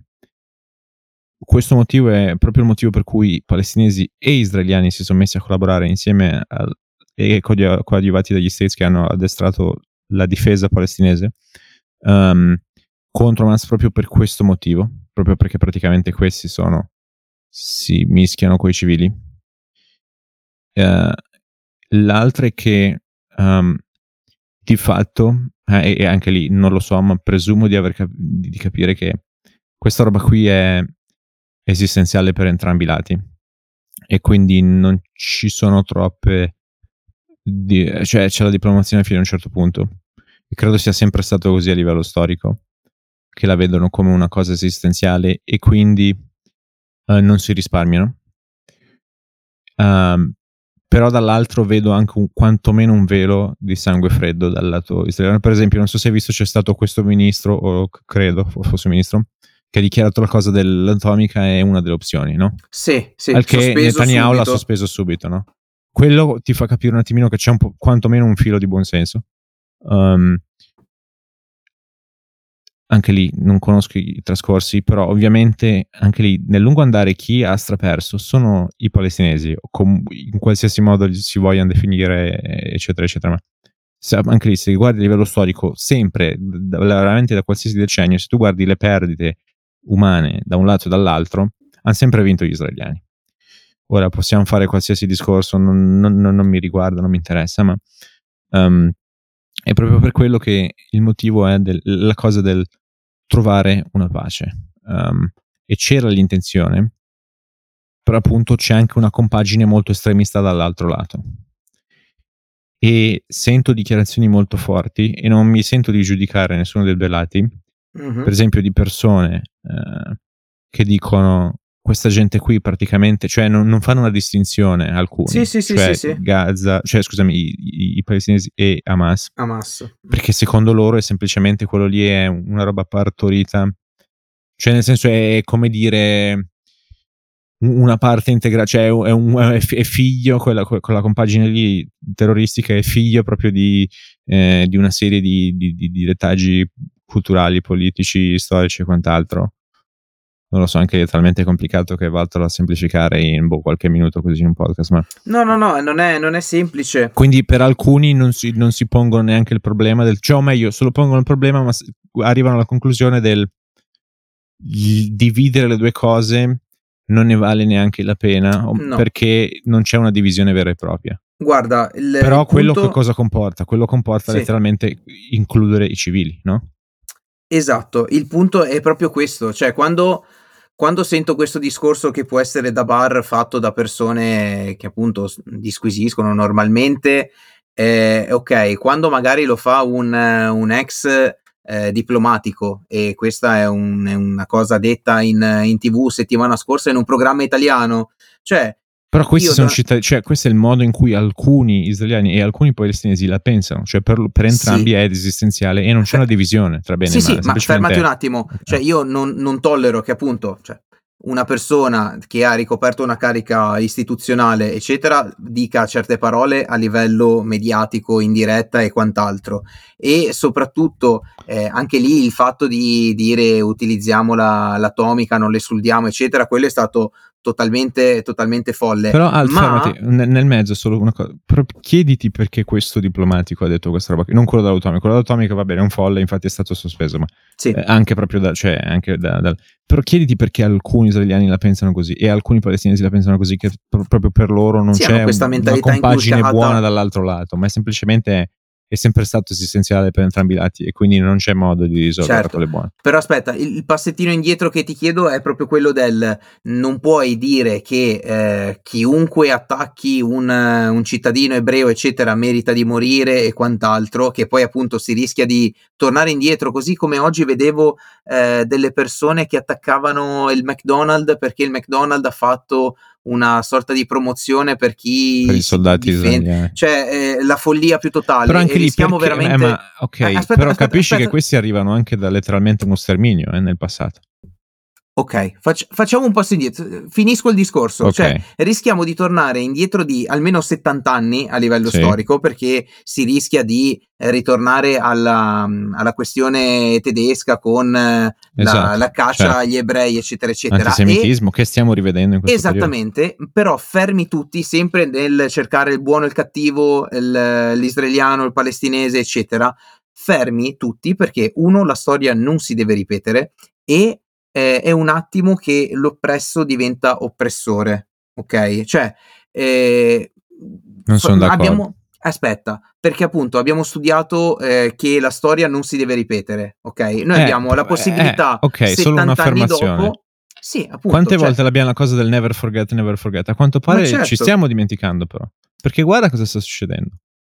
questo motivo è proprio il motivo per cui palestinesi e israeliani si sono messi a collaborare insieme al, e coadiuvati dagli States che hanno addestrato la difesa palestinese um, contro Hamas proprio per questo motivo, proprio perché praticamente questi sono si mischiano coi civili. Uh, l'altra è che um, di fatto eh, e anche lì non lo so, ma presumo di aver cap- di capire che questa roba qui è esistenziale per entrambi i lati e quindi non ci sono troppe di- cioè c'è la diplomazia fino a un certo punto e credo sia sempre stato così a livello storico, che la vedono come una cosa esistenziale e quindi uh, non si risparmiano. Um, però dall'altro vedo anche un, quantomeno un velo di sangue freddo dal lato israeliano. Per esempio, non so se hai visto, c'è stato questo ministro, o credo fosse ministro, che ha dichiarato la cosa dell'atomica è una delle opzioni, no? Sì, sì. Al che Netanyahu l'ha sospeso subito, no? Quello ti fa capire un attimino che c'è un po', quantomeno un filo di buonsenso. Um, anche lì non conosco i trascorsi, però ovviamente anche lì nel lungo andare chi ha straperso sono i palestinesi, o com- in qualsiasi modo si vogliano definire, eccetera, eccetera. Ma se, anche lì, se guardi a livello storico, sempre, da, veramente da qualsiasi decennio, se tu guardi le perdite umane da un lato e dall'altro, hanno sempre vinto gli israeliani. Ora possiamo fare qualsiasi discorso, non, non, non mi riguarda, non mi interessa, ma um, è proprio per quello che il motivo è del, la cosa del trovare una pace. Um, e c'era l'intenzione, però appunto c'è anche una compagine molto estremista dall'altro lato. E sento dichiarazioni molto forti e non mi sento di giudicare nessuno dei due lati, mm-hmm. per esempio di persone uh, che dicono questa gente qui praticamente, cioè non, non fanno una distinzione alcuni, sì, sì, cioè sì, sì, Gaza, cioè scusami, i, i, i palestinesi e Hamas, Hamas, perché secondo loro è semplicemente quello lì è una roba partorita, cioè nel senso è come dire una parte integrata, cioè è, un, è figlio, quella, quella compagine lì terroristica è figlio proprio di, eh, di una serie di, di, di, di retaggi culturali, politici, storici e quant'altro. Non lo so, anche è talmente complicato che valutalo a semplificare in boh, qualche minuto così in un podcast. Ma... No, no, no, non è, non è semplice. Quindi per alcuni non si, non si pongono neanche il problema del, cioè o meglio, solo pongono il problema ma arrivano alla conclusione del dividere le due cose non ne vale neanche la pena, no. Perché non c'è una divisione vera e propria. Guarda, il, però il quello punto... che cosa comporta? Quello comporta sì. letteralmente includere i civili, no? Esatto, il punto è proprio questo, cioè quando, quando sento questo discorso che può essere da bar fatto da persone che appunto disquisiscono normalmente, eh, ok, quando magari lo fa un, un ex eh, diplomatico, e questa è, un, è una cosa detta in, in tv settimana scorsa in un programma italiano, cioè però questi sono da... cittadini, cioè questo è il modo in cui alcuni israeliani e alcuni palestinesi la pensano, cioè per, per entrambi sì. è esistenziale e non c'è Fer- una divisione tra bene sì, e male. Sì, ma fermati un attimo, okay. Cioè io non, non tollero che appunto cioè, una persona che ha ricoperto una carica istituzionale eccetera dica certe parole a livello mediatico, in diretta e quant'altro, e soprattutto eh, anche lì il fatto di dire utilizziamo la, l'atomica, non le soldiamo eccetera, quello è stato totalmente totalmente folle. Però Al, ma fermati, nel mezzo solo una cosa, però chiediti perché questo diplomatico ha detto questa roba, non quello dell'atomica, quello dell'atomica va bene, è un folle, infatti è stato sospeso, ma sì. eh, anche proprio da, cioè anche da, da, però chiediti perché alcuni israeliani la pensano così e alcuni palestinesi la pensano così, che pro- proprio per loro non sì, c'è questa un, mentalità una compagine inculcata... buona dall'altro lato, ma è semplicemente è sempre stato esistenziale per entrambi i lati e quindi non c'è modo di risolvere certo, le buone. Però aspetta, il, il passettino indietro che ti chiedo è proprio quello del non puoi dire che eh, chiunque attacchi un, un cittadino ebreo eccetera merita di morire e quant'altro, che poi appunto si rischia di tornare indietro, così come oggi vedevo eh, delle persone che attaccavano il McDonald's perché il McDonald's ha fatto una sorta di promozione per chi per i soldati difende, cioè eh, la follia più totale. Però anche e lì rischiamo perché, veramente eh, ma, ok, eh, aspetta, però aspetta, capisci aspetta. che questi arrivano anche da letteralmente uno sterminio eh, nel passato. Ok, fac- facciamo un passo indietro, finisco il discorso, okay. Cioè rischiamo di tornare indietro di almeno settanta anni a livello sì. storico, perché si rischia di ritornare alla, alla questione tedesca con la, esatto, la caccia certo. agli ebrei eccetera eccetera. Antisemitismo e, che stiamo rivedendo in questo esattamente, periodo. Però fermi tutti sempre nel cercare il buono e il cattivo, il, l'israeliano, il palestinese eccetera, fermi tutti perché uno, la storia non si deve ripetere e Eh, è un attimo che l'oppresso diventa oppressore, ok? Cioè, eh, non sono d'accordo. Abbiamo, aspetta, perché appunto abbiamo studiato eh, che la storia non si deve ripetere, ok? Noi eh, abbiamo la possibilità, eh, ok, settanta solo un'affermazione. Anni dopo, sì, appunto. Quante cioè, volte l'abbiamo la cosa del never forget, never forget? A quanto pare certo. ci stiamo dimenticando però, perché guarda cosa sta succedendo.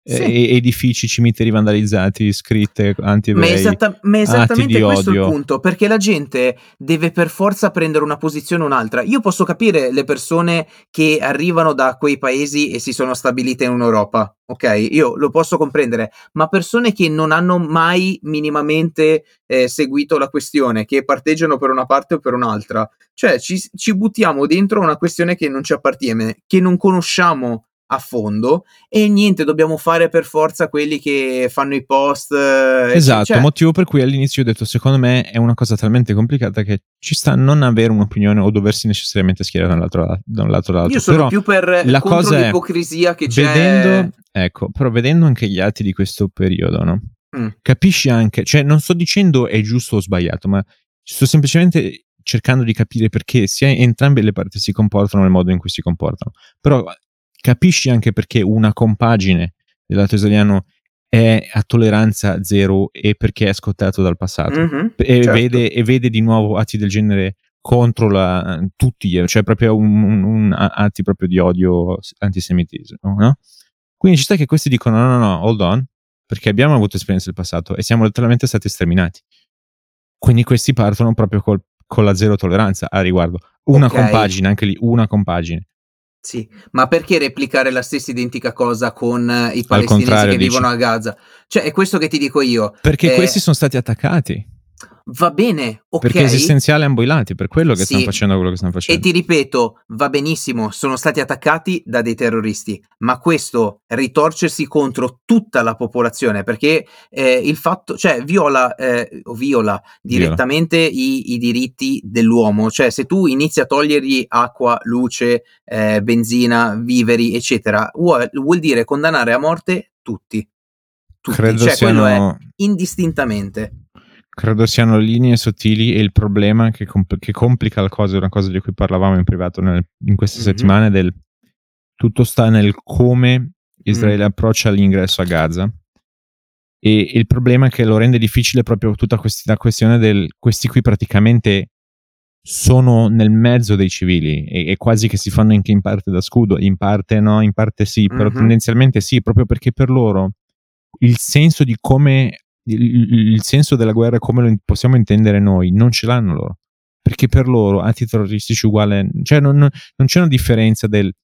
Sì. E, edifici, cimiteri vandalizzati, scritte anti-ebrei, ma, esatta, ma esattamente questo odio. è il punto, perché la gente deve per forza prendere una posizione o un'altra. Io posso capire le persone che arrivano da quei paesi e si sono stabilite in Europa, ok? Io lo posso comprendere, ma persone che non hanno mai minimamente eh, seguito la questione, che parteggiano per una parte o per un'altra, cioè ci, ci buttiamo dentro una questione che non ci appartiene, che non conosciamo a fondo, e niente, dobbiamo fare per forza quelli che fanno i post. Eh, esatto, cioè, motivo per cui all'inizio ho detto, secondo me è una cosa talmente complicata che ci sta a non avere un'opinione o doversi necessariamente schierare da un lato, da un lato all'altro. Io sono però più per la contro cosa l'ipocrisia che vedendo, c'è. Ecco, però vedendo anche gli atti di questo periodo, no? Mm. Capisci anche, cioè non sto dicendo è giusto o sbagliato, ma sto semplicemente cercando di capire perché sia entrambe le parti si comportano nel modo in cui si comportano. Però capisci anche perché una compagine del lato israeliano è a tolleranza zero e perché è scottato dal passato. Mm-hmm, e, certo. vede, e vede di nuovo atti del genere contro la, tutti, cioè proprio un, un, un atti proprio di odio, antisemitismo, no? Quindi ci sta che questi dicono no, no, no, hold on, perché abbiamo avuto esperienze del passato e siamo letteralmente stati sterminati. Quindi questi partono proprio col, con la zero tolleranza a riguardo. Una okay. compagine, anche lì, una compagine. Sì, ma perché replicare la stessa identica cosa con i palestinesi che vivono dici. a Gaza? Cioè, è questo che ti dico io. Perché eh, questi sono stati attaccati. Va bene, ok. Perché è esistenziale ambo i lati, per quello che sì, stanno facendo quello che stanno facendo. E ti ripeto, va benissimo, sono stati attaccati da dei terroristi, ma questo ritorcersi contro tutta la popolazione, perché eh, il fatto, cioè viola, eh, o viola direttamente viola. I, i diritti dell'uomo, cioè se tu inizi a togliergli acqua, luce, eh, benzina, viveri, eccetera, vuol, vuol dire condannare a morte tutti. Tutti, Credo cioè siano... quello è indistintamente. Credo siano linee sottili, e il problema che, compl- che complica la cosa, è una cosa di cui parlavamo in privato nel, in queste mm-hmm. settimane, del tutto sta nel come Israele mm. approccia l'ingresso a Gaza, e il problema è che lo rende difficile proprio tutta questa questione del questi qui praticamente sono nel mezzo dei civili e, e quasi che si fanno anche in parte da scudo, in parte no, in parte sì, però mm-hmm. tendenzialmente sì, proprio perché per loro il senso di come Il, il senso della guerra come lo possiamo intendere noi non ce l'hanno loro, perché per loro atti terroristici uguale, cioè non, non, non c'è una differenza del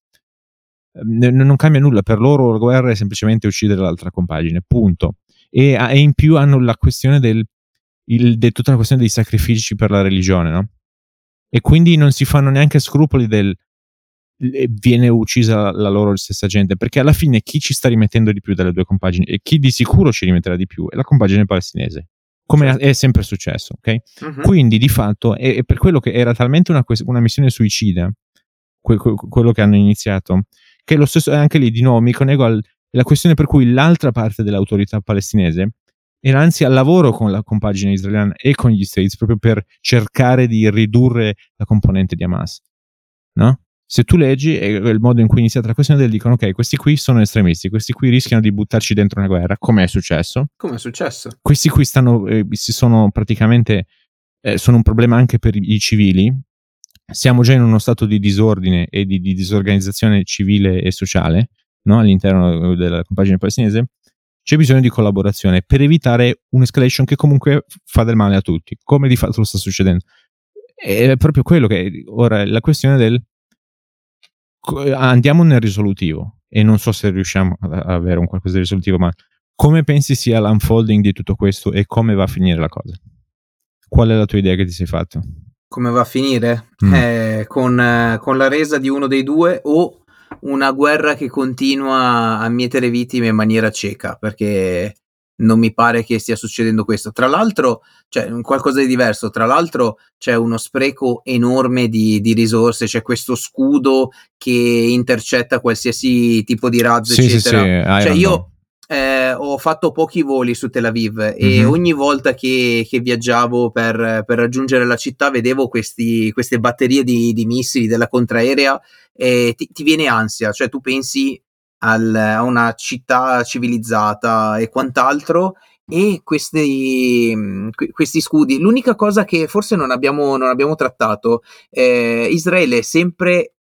eh, non cambia nulla, per loro la guerra è semplicemente uccidere l'altra compagine, punto. E, e in più hanno la questione del, il, de, tutta la questione dei sacrifici per la religione, no? E quindi non si fanno neanche scrupoli del viene uccisa la loro stessa gente, perché alla fine chi ci sta rimettendo di più dalle due compagini e chi di sicuro ci rimetterà di più è la compagine palestinese, come certo. è sempre successo, ok? Uh-huh. Quindi di fatto è, è per quello che era talmente una, una missione suicida que, que, quello che hanno iniziato, che lo stesso, anche lì di nuovo mi connego alla questione per cui l'altra parte dell'autorità palestinese era anzi al lavoro con la compagine israeliana e con gli States proprio per cercare di ridurre la componente di Hamas, no? Se tu leggi è il modo in cui è iniziata la questione del dicono ok, questi qui sono estremisti, questi qui rischiano di buttarci dentro una guerra, come è successo. Come è successo? Questi qui stanno, eh, si sono praticamente, eh, sono un problema anche per i, i civili, siamo già in uno stato di disordine e di, di disorganizzazione civile e sociale, no? All'interno della compagine palestinese, c'è bisogno di collaborazione per evitare un'escalation che comunque fa del male a tutti, come di fatto lo sta succedendo. È proprio quello che ora è la questione del andiamo nel risolutivo, e non so se riusciamo ad avere un qualcosa di risolutivo, ma come pensi sia l'unfolding di tutto questo e come va a finire la cosa? Qual è la tua idea che ti sei fatto? Come va a finire? Mm. Eh, con, eh, con la resa di uno dei due o una guerra che continua a mietere vittime in maniera cieca, perché non mi pare che stia succedendo questo. Tra l'altro, cioè qualcosa di diverso, tra l'altro c'è uno spreco enorme di, di risorse, c'è questo scudo che intercetta qualsiasi tipo di razzo, sì, eccetera. Sì, sì, cioè io eh, ho fatto pochi voli su Tel Aviv mm-hmm. e ogni volta che, che viaggiavo per, per raggiungere la città vedevo questi, queste batterie di, di missili della contraerea e ti, ti viene ansia, cioè tu pensi al, a una città civilizzata e quant'altro, e questi, questi scudi. L'unica cosa che forse non abbiamo, non abbiamo trattato, eh, Israele è sempre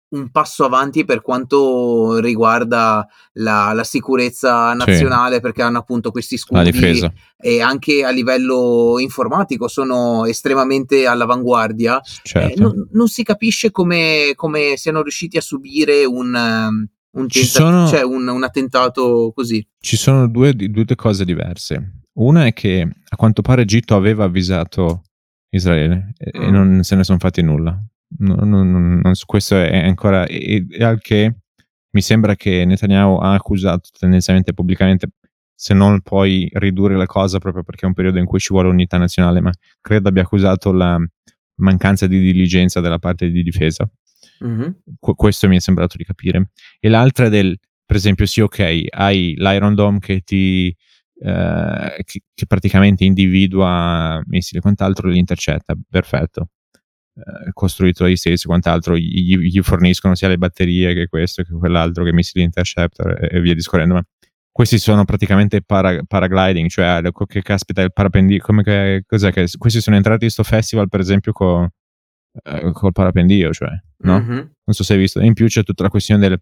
un passo avanti per quanto riguarda la, la sicurezza nazionale, sì, perché hanno appunto questi scudi e anche a livello informatico sono estremamente all'avanguardia. Certo. Eh, non, non si capisce come, come siano riusciti a subire un, un, tenta- sono, cioè un, un attentato così. Ci sono due, due cose diverse. Una è che a quanto pare Egitto aveva avvisato Israele e, mm. e non se ne sono fatti nulla. Non, non, non, questo è ancora e, e al che mi sembra che Netanyahu ha accusato tendenzialmente pubblicamente, se non poi ridurre la cosa proprio perché è un periodo in cui ci vuole unità nazionale, ma credo abbia accusato la mancanza di diligenza della parte di difesa. Mm-hmm. Qu- questo mi è sembrato di capire. E l'altra è del, per esempio, sì, ok, hai l'Iron Dome che ti eh, che, che praticamente individua missili e quant'altro, li intercetta, perfetto. Eh, costruito dagli stessi, quant'altro, gli, gli forniscono sia le batterie che questo che quell'altro, che missili interceptor e, e via discorrendo. Ma questi sono praticamente para, paragliding, cioè che caspita il parapendio, come che cos'è che questi sono entrati in sto festival per esempio con eh, col parapendio, cioè, no? Mm-hmm. Non so se hai visto. E in più c'è tutta la questione del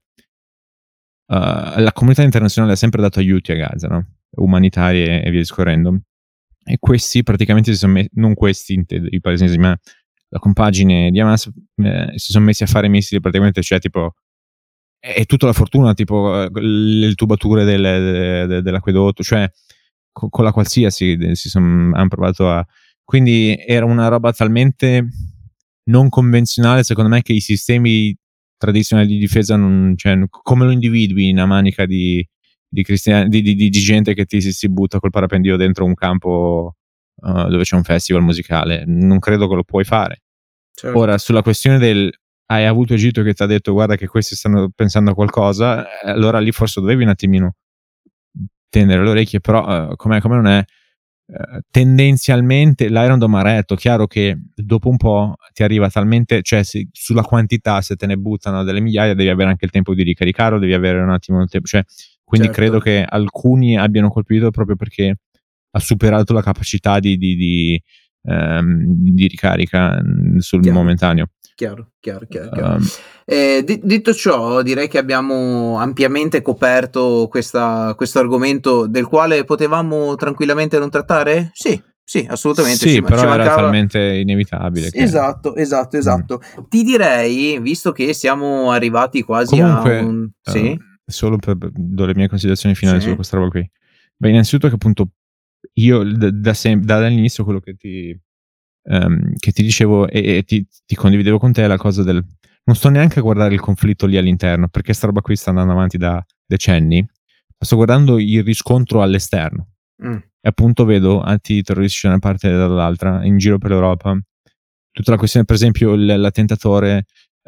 uh, la comunità internazionale ha sempre dato aiuti a Gaza, no? Umanitari e, e via discorrendo. E questi praticamente si sono messi, non questi i palestinesi, ma la compagine di Hamas eh, si sono messi a fare missili praticamente, cioè tipo è tutta la fortuna, tipo le tubature del, de, de, dell'acquedotto, cioè con, con la qualsiasi si son, hanno provato a, quindi era una roba talmente non convenzionale secondo me che i sistemi tradizionali di difesa non, cioè, come lo individui una manica di di, cristiani, di, di, di gente che ti si, si butta col parapendio dentro un campo uh, dove c'è un festival musicale, non credo che lo puoi fare. Certo. Ora sulla questione del hai avuto Egitto che ti ha detto guarda che questi stanno pensando a qualcosa, allora lì forse dovevi un attimino tendere le orecchie, però uh, com'è, come non è uh, tendenzialmente l'Iron Dome ha retto. Chiaro che dopo un po' ti arriva talmente, cioè se, sulla quantità se te ne buttano delle migliaia devi avere anche il tempo di ricaricarlo, devi avere un attimo il tempo, cioè quindi certo. Credo che alcuni abbiano colpito proprio perché ha superato la capacità di, di, di, um, di ricarica sul chiaro. momentaneo. Chiaro, chiaro, chiaro. chiaro. Um, eh, d- detto ciò, direi che abbiamo ampiamente coperto questa, questo argomento del quale potevamo tranquillamente non trattare? Sì, sì, assolutamente. Sì, ci, però ci era mancava... talmente inevitabile. Che... Esatto, esatto, esatto. Mm. Ti direi, visto che siamo arrivati quasi Comunque, a un... Sì? Uh, solo per do le mie considerazioni finali sì. su questa roba qui. Beh, innanzitutto che appunto io da, da sem- da, dall'inizio quello che ti, um, che ti dicevo e, e ti, ti condividevo con te è la cosa del non sto neanche a guardare il conflitto lì all'interno, perché sta roba qui sta andando avanti da decenni, ma sto guardando il riscontro all'esterno. Mm. E appunto vedo antiterroristici da una parte e dall'altra in giro per l'Europa. Tutta la questione, per esempio, l- l'attentatore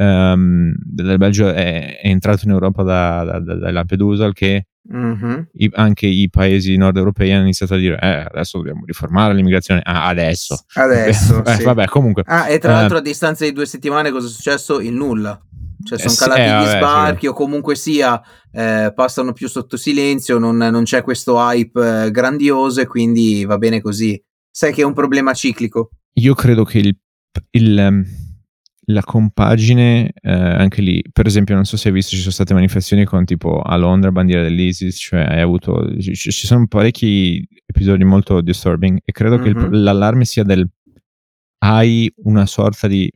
um, del Belgio è, è entrato in Europa da, da, da, da Lampedusa, al che mm-hmm. i, anche i paesi nord europei hanno iniziato a dire eh, adesso dobbiamo riformare l'immigrazione. Ah, adesso. Adesso, eh, sì. Vabbè, comunque. Ah, e tra uh, l'altro a distanza di due settimane cosa è successo? Il nulla. Cioè sono eh, calati eh, gli vabbè, sbarchi sì. o comunque sia eh, passano più sotto silenzio, non, non c'è questo hype eh, grandioso e quindi va bene così. Sai che è un problema ciclico. Io credo che il, il la compagine eh, anche lì, per esempio, non so se hai visto, ci sono state manifestazioni con tipo a Londra bandiera dell'ISIS, cioè hai avuto ci, ci sono parecchi episodi molto disturbing e credo mm-hmm. che il, l'allarme sia del hai una sorta di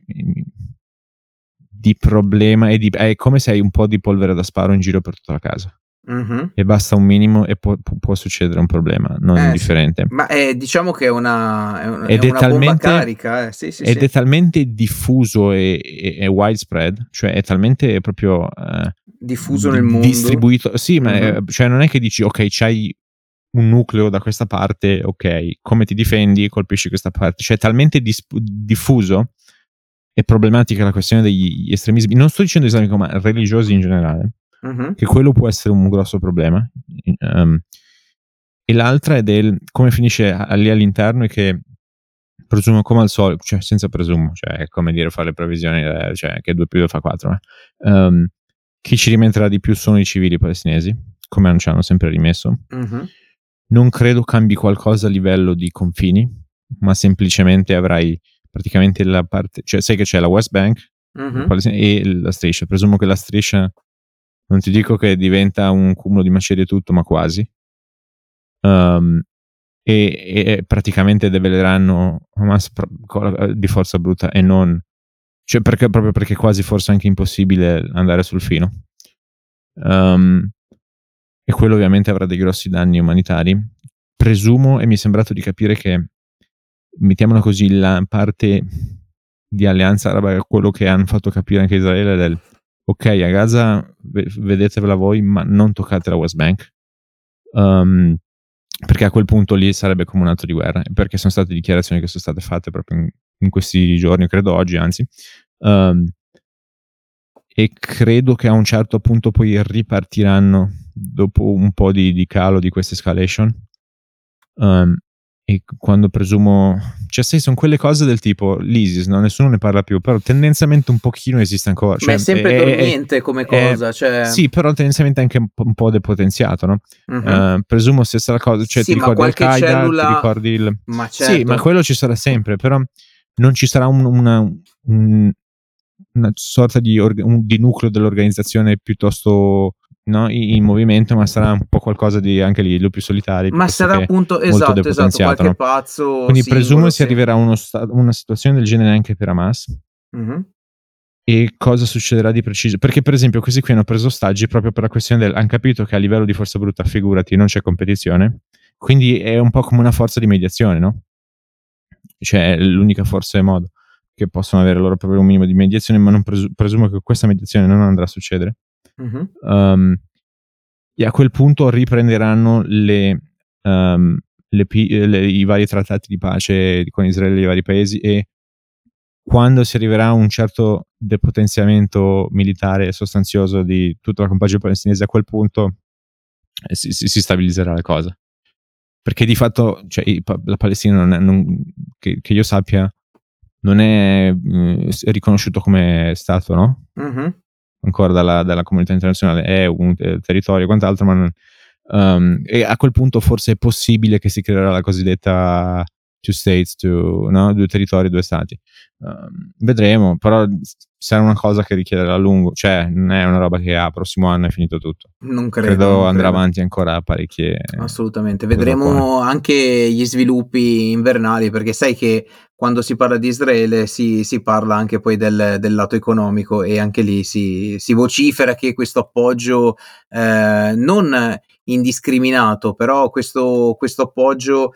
di problema e di, è come se hai un po' di polvere da sparo in giro per tutta la casa. Mm-hmm. E basta un minimo e può, può succedere un problema non eh, indifferente. Sì. Ma è, diciamo che è una, è un, ed è è una talmente, bomba carica. Eh. Sì, sì, ed sì. è talmente diffuso e, e, e widespread, cioè è talmente proprio uh, diffuso di, nel mondo. Distribuito. Sì, mm-hmm. ma è, cioè non è che dici ok, c'hai un nucleo da questa parte, ok, come ti difendi? Colpisci questa parte. Cioè è talmente dis- diffuso e problematica la questione degli estremismi, non sto dicendo islamico ma religiosi in generale, uh-huh. che quello può essere un grosso problema. Um, e l'altra è del come finisce lì all'interno e che presumo come al solito, cioè senza presumo, cioè è come dire fare le previsioni, cioè che due più due fa quattro. Eh. Um, chi ci rimetterà di più sono i civili palestinesi, come non ci hanno sempre rimesso. Uh-huh. Non credo cambi qualcosa a livello di confini, ma semplicemente avrai praticamente la parte, cioè sai che c'è la West Bank mm-hmm. e la striscia. Presumo che la striscia, non ti dico che diventa un cumulo di macerie tutto, ma quasi. Um, e, e praticamente develeranno Hamas di forza bruta e non, cioè perché, proprio perché è quasi forse anche impossibile andare sul filo. Um, e quello ovviamente avrà dei grossi danni umanitari. Presumo, e mi è sembrato di capire che, mettiamola così, la parte di alleanza araba, quello che hanno fatto capire anche Israele, del ok, a Gaza vedetevela voi, ma non toccate la West Bank, um, perché a quel punto lì sarebbe come un atto di guerra, perché sono state dichiarazioni che sono state fatte proprio in, in questi giorni, credo oggi anzi, um, e credo che a un certo punto poi ripartiranno dopo un po' di, di calo di questa escalation, um, e quando presumo, cioè sì, sono quelle cose del tipo l'ISIS, no? Nessuno ne parla più, però tendenzialmente un pochino esiste ancora, cioè, ma è sempre è, dormiente è, come è, cosa, cioè... sì, però tendenzialmente anche un po', un po' depotenziato, no? Uh-huh. Uh, presumo stessa la cosa, cioè sì, ti ricordi Al-Qaeda, cellula... ti ricordi il... ma certo. Sì, ma quello ci sarà sempre, però non ci sarà un, una, un, una sorta di, orga, un, di nucleo dell'organizzazione piuttosto, no, in, in movimento, ma sarà un po' qualcosa di anche lì lupi solitari, ma sarà appunto esatto, esatto, qualche no? pazzo. Quindi singolo, presumo sì. si arriverà a uno sta- una situazione del genere anche per Hamas. Uh-huh. E cosa succederà di preciso? Perché per esempio questi qui hanno preso ostaggi proprio per la questione del, hanno capito che a livello di forza bruta, figurati, non c'è competizione, quindi è un po' come una forza di mediazione, no? Cioè è l'unica forza e modo che possono avere loro proprio un minimo di mediazione, ma non presu- presumo che questa mediazione non andrà a succedere. Uh-huh. Um, e a quel punto riprenderanno le, um, le, le, i vari trattati di pace con Israele e i vari paesi, e quando si arriverà a un certo depotenziamento militare sostanzioso di tutta la compagine palestinese, a quel punto eh, si, si, si stabilizzerà la cosa. Perché di fatto, cioè, la Palestina non è, non, che, che io sappia, non è mh, riconosciuto come Stato, no? Uh-huh. Ancora dalla, dalla comunità internazionale, è un eh, territorio e quant'altro, ma non, um, e a quel punto forse è possibile che si creerà la cosiddetta two states, two, no? Due territori, due stati. Um, vedremo, però sarà una cosa che richiederà a lungo, cioè non è una roba che a prossimo anno è finito tutto. Non credo, credo non andrà credo. avanti ancora parecchie. Assolutamente, vedremo anche gli sviluppi invernali, perché sai che quando si parla di Israele si, si parla anche poi del, del lato economico, e anche lì si, si vocifera che questo appoggio eh, non indiscriminato, però questo, questo appoggio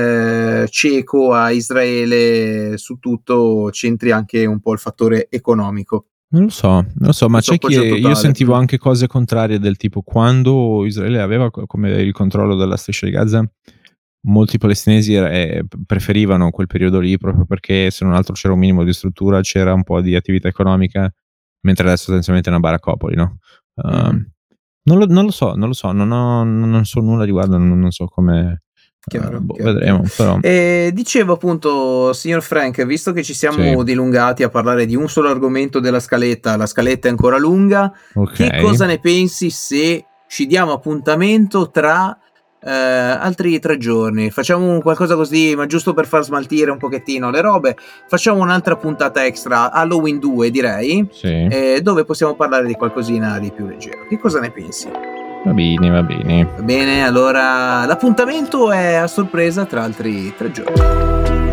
eh, cieco a Israele su tutto c'entri anche un po' il fattore economico. Non lo so, non lo so, ma questo c'è chi è, io sentivo anche cose contrarie, del tipo quando Israele aveva come il controllo della striscia di Gaza, molti palestinesi eh, preferivano quel periodo lì proprio perché se non altro c'era un minimo di struttura, c'era un po' di attività economica, mentre adesso essenzialmente è una baraccopoli, no? Uh, mm-hmm. non, lo, non lo so, non lo so, non, ho, non so nulla riguardo, non, non so come... Chiaro, uh, boh, chiaro, vedremo chiaro. Però. E dicevo appunto, signor Frank, visto che ci siamo sì. dilungati a parlare di un solo argomento della scaletta, la scaletta è ancora lunga, okay. Che cosa ne pensi se ci diamo appuntamento tra eh, altri tre giorni? Facciamo qualcosa così, ma giusto per far smaltire un pochettino le robe, facciamo un'altra puntata extra, Halloween due direi, sì. eh, dove possiamo parlare di qualcosina di più leggero. Che cosa ne pensi? Va bene, va bene. Va bene, allora l'appuntamento è a sorpresa tra altri tre giorni.